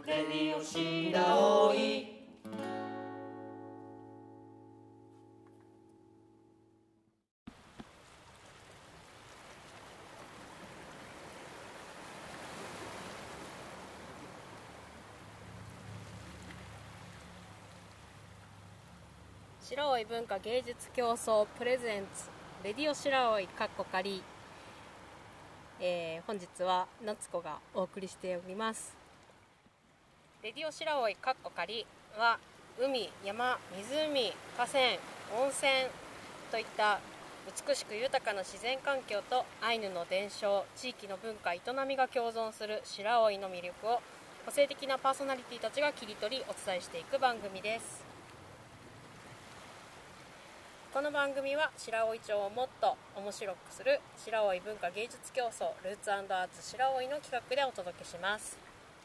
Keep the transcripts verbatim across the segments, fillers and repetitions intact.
レディオシラオイ。 白老文化芸術競争プレゼンツレディオ白老かっこかり、えー、本日は夏子がお送りしております。レディオ白老かっこかりは海、山、湖、河川、温泉といった美しく豊かな自然環境とアイヌの伝承、地域の文化、営みが共存する白老の魅力を個性的なパーソナリティたちが切り取りお伝えしていく番組です。この番組は白老町をもっと面白くする白老文化芸術競争ルーツ&アーツ白老の企画でお届けします。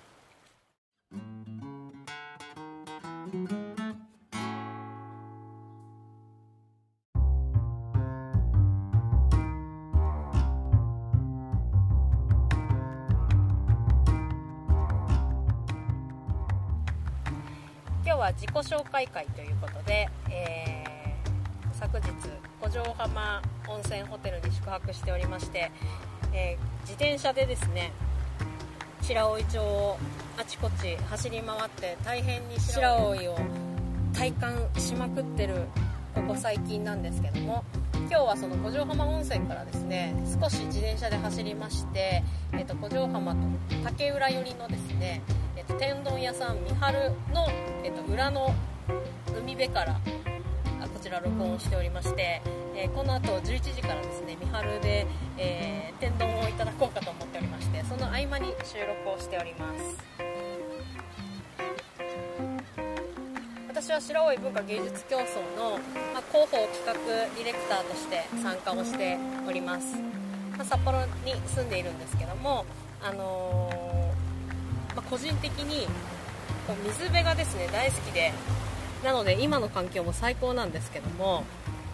今日は自己紹介会ということで、えー昨日五条浜温泉ホテルに宿泊しておりまして、えー、自転車でですね白老町をあちこち走り回って大変に白老を体感しまくってるここ最近なんですけども、今日はその五条浜温泉からですね少し自転車で走りまして、えー、と五条浜と竹浦寄りのですね、えー、と天丼屋さんみはるの、えー、と裏の海辺からこちら録音しておりまして、えー、この後じゅういちじからですねみはるで、えー、天丼をいただこうかと思っておりまして、その合間に収録をしております。私は白老文化芸術競争の、まあ、広報企画ディレクターとして参加をしております。まあ、札幌に住んでいるんですけども、あのーまあ、個人的にこう水辺がですね大好きで、なので今の環境も最高なんですけども、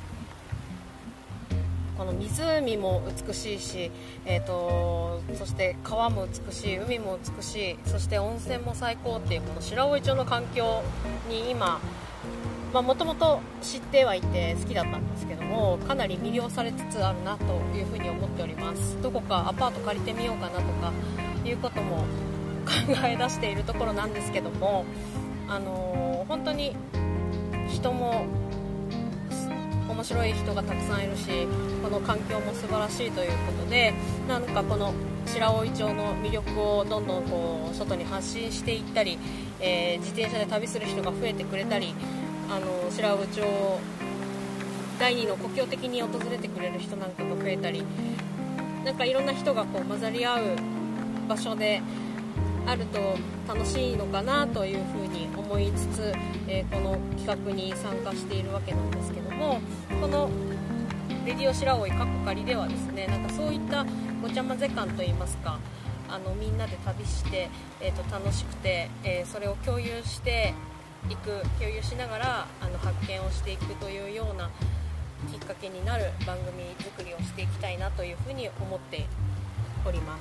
この湖も美しいし、えーと、そして川も美しい、海も美しい、そして温泉も最高っていうこの白老町の環境に今もともと知ってはいて好きだったんですけども、かなり魅了されつつあるなというふうに思っております。どこかアパート借りてみようかなとかいうことも考え出しているところなんですけども、あのー、本当に人も面白い人がたくさんいるし、この環境も素晴らしいということで、なんかこの白老町の魅力をどんどんこう外に発信していったり、えー、自転車で旅する人が増えてくれたり、あの白老町第二の故郷的に訪れてくれる人なんかが増えたり、なんかいろんな人がこう混ざり合う場所であると楽しいのかなというふうに思いつつ、えー、この企画に参加しているわけなんですけども、このレディオ白老かっこかりではですね、なんかそういったごちゃ混ぜ感といいますか、あのみんなで旅して、えー、と楽しくて、えー、それを共有していく共有しながらあの発見をしていくというようなきっかけになる番組作りをしていきたいなというふうに思っております。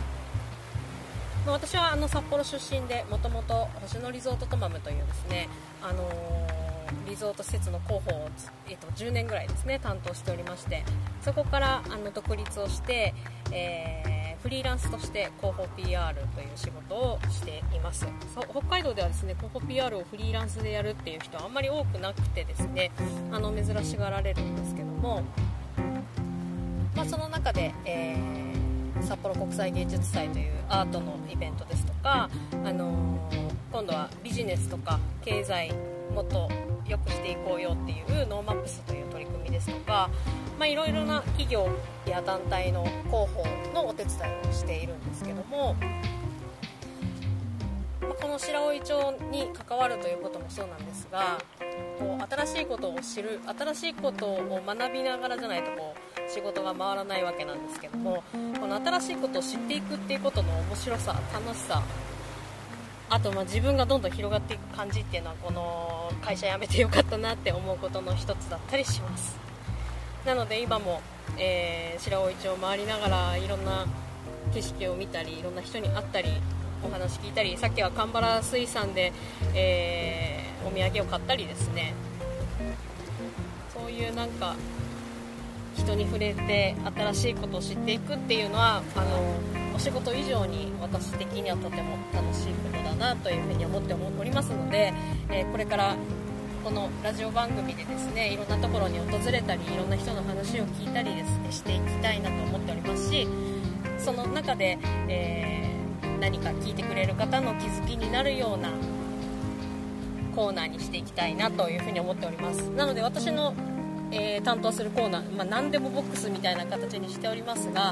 私はあの札幌出身で、もともと星野リゾートトマムというですね、あのー、リゾート施設の広報を、えっと、じゅうねんぐらいですね担当しておりまして、そこからあの独立をして、えー、フリーランスとして広報 ピーアール という仕事をしています。そう北海道ではですね広報 ピーアール をフリーランスでやるっていう人はあんまり多くなくてですね、あの珍しがられるんですけども、まあ、その中で、えー札幌国際芸術祭というアートのイベントですとか、あのー、今度はビジネスとか経済もっと良くしていこうよっていうノーマップスという取り組みですとか、まあ、いろいろな企業や団体の広報のお手伝いをしているんですけども、まあ、この白老町に関わるということもそうなんですが、こう新しいことを知る、新しいことを学びながらじゃないとこう仕事が回らないわけなんですけども、この新しいことを知っていくっていうことの面白さ、楽しさ、あとまあ自分がどんどん広がっていく感じっていうのは、この会社辞めてよかったなって思うことの一つだったりします。なので今も、えー、白老町を回りながらいろんな景色を見たり、いろんな人に会ったり、 お話聞いたり、さっきは蒲原水産で、えー、お土産を買ったりですね、そういうなんか人に触れて新しいことを知っていくっていうのは、あのお仕事以上に私的にはとても楽しいことだなというふうに思っておりますので、えー、これからこのラジオ番組でですね、いろんなところに訪れたり、いろんな人の話を聞いたりですねしていきたいなと思っておりますし、その中で、えー、何か聞いてくれる方の気づきになるようなコーナーにしていきたいなというふうに思っております。なので私の、えー、担当するコーナー、まあ、何でもボックスみたいな形にしておりますが、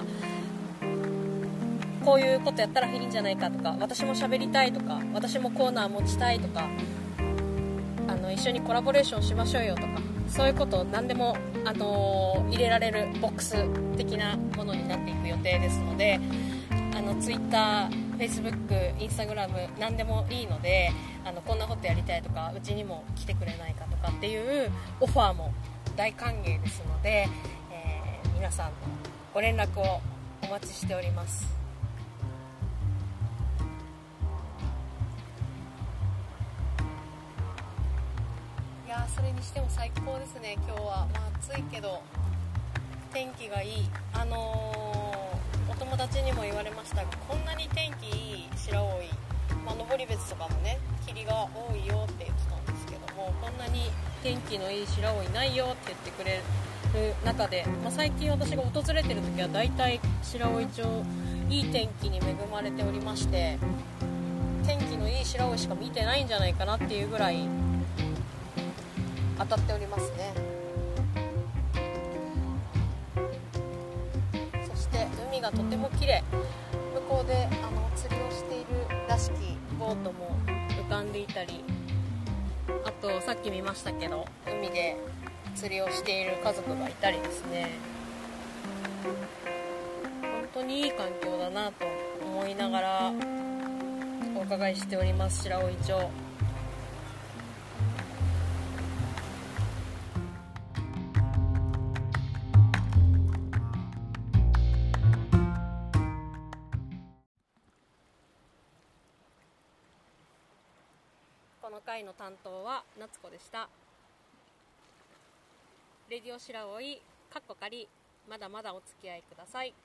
こういうことやったらいいんじゃないかとか、私も喋りたいとか、私もコーナー持ちたいとか、あの一緒にコラボレーションしましょうよとか、そういうことを何でも、あのー、入れられるボックス的なものになっていく予定ですので、あの Twitter、Facebook、Instagram 何でもいいので、あのこんなことやりたいとか、うちにも来てくれないかとかっていうオファーも大歓迎ですので、えー、皆さんのご連絡をお待ちしております。いやそれにしても最高ですね、今日は。まあ、暑いけど天気がいい。あのー、お友達にも言われましたが、こんなに天気いい白老、まあ、登別とかもね霧が多いよって言ってたんですけども、こんなに天気のいい白老ないよって言ってくれる中で、まあ、最近私が訪れてる時はだいたい白老町いい天気に恵まれておりまして、天気のいい白老しか見てないんじゃないかなっていうぐらい当たっておりますね。そして海がとても綺麗。向こうであの釣りをしているらしきボートも浮かんでいたり、あとさっき見ましたけど海で釣りをしている家族がいたりですね、本当にいい環境だなと思いながらお伺いしております白老町。この回の担当は夏子でした。レディオ白老かっこかり、まだまだお付き合いください。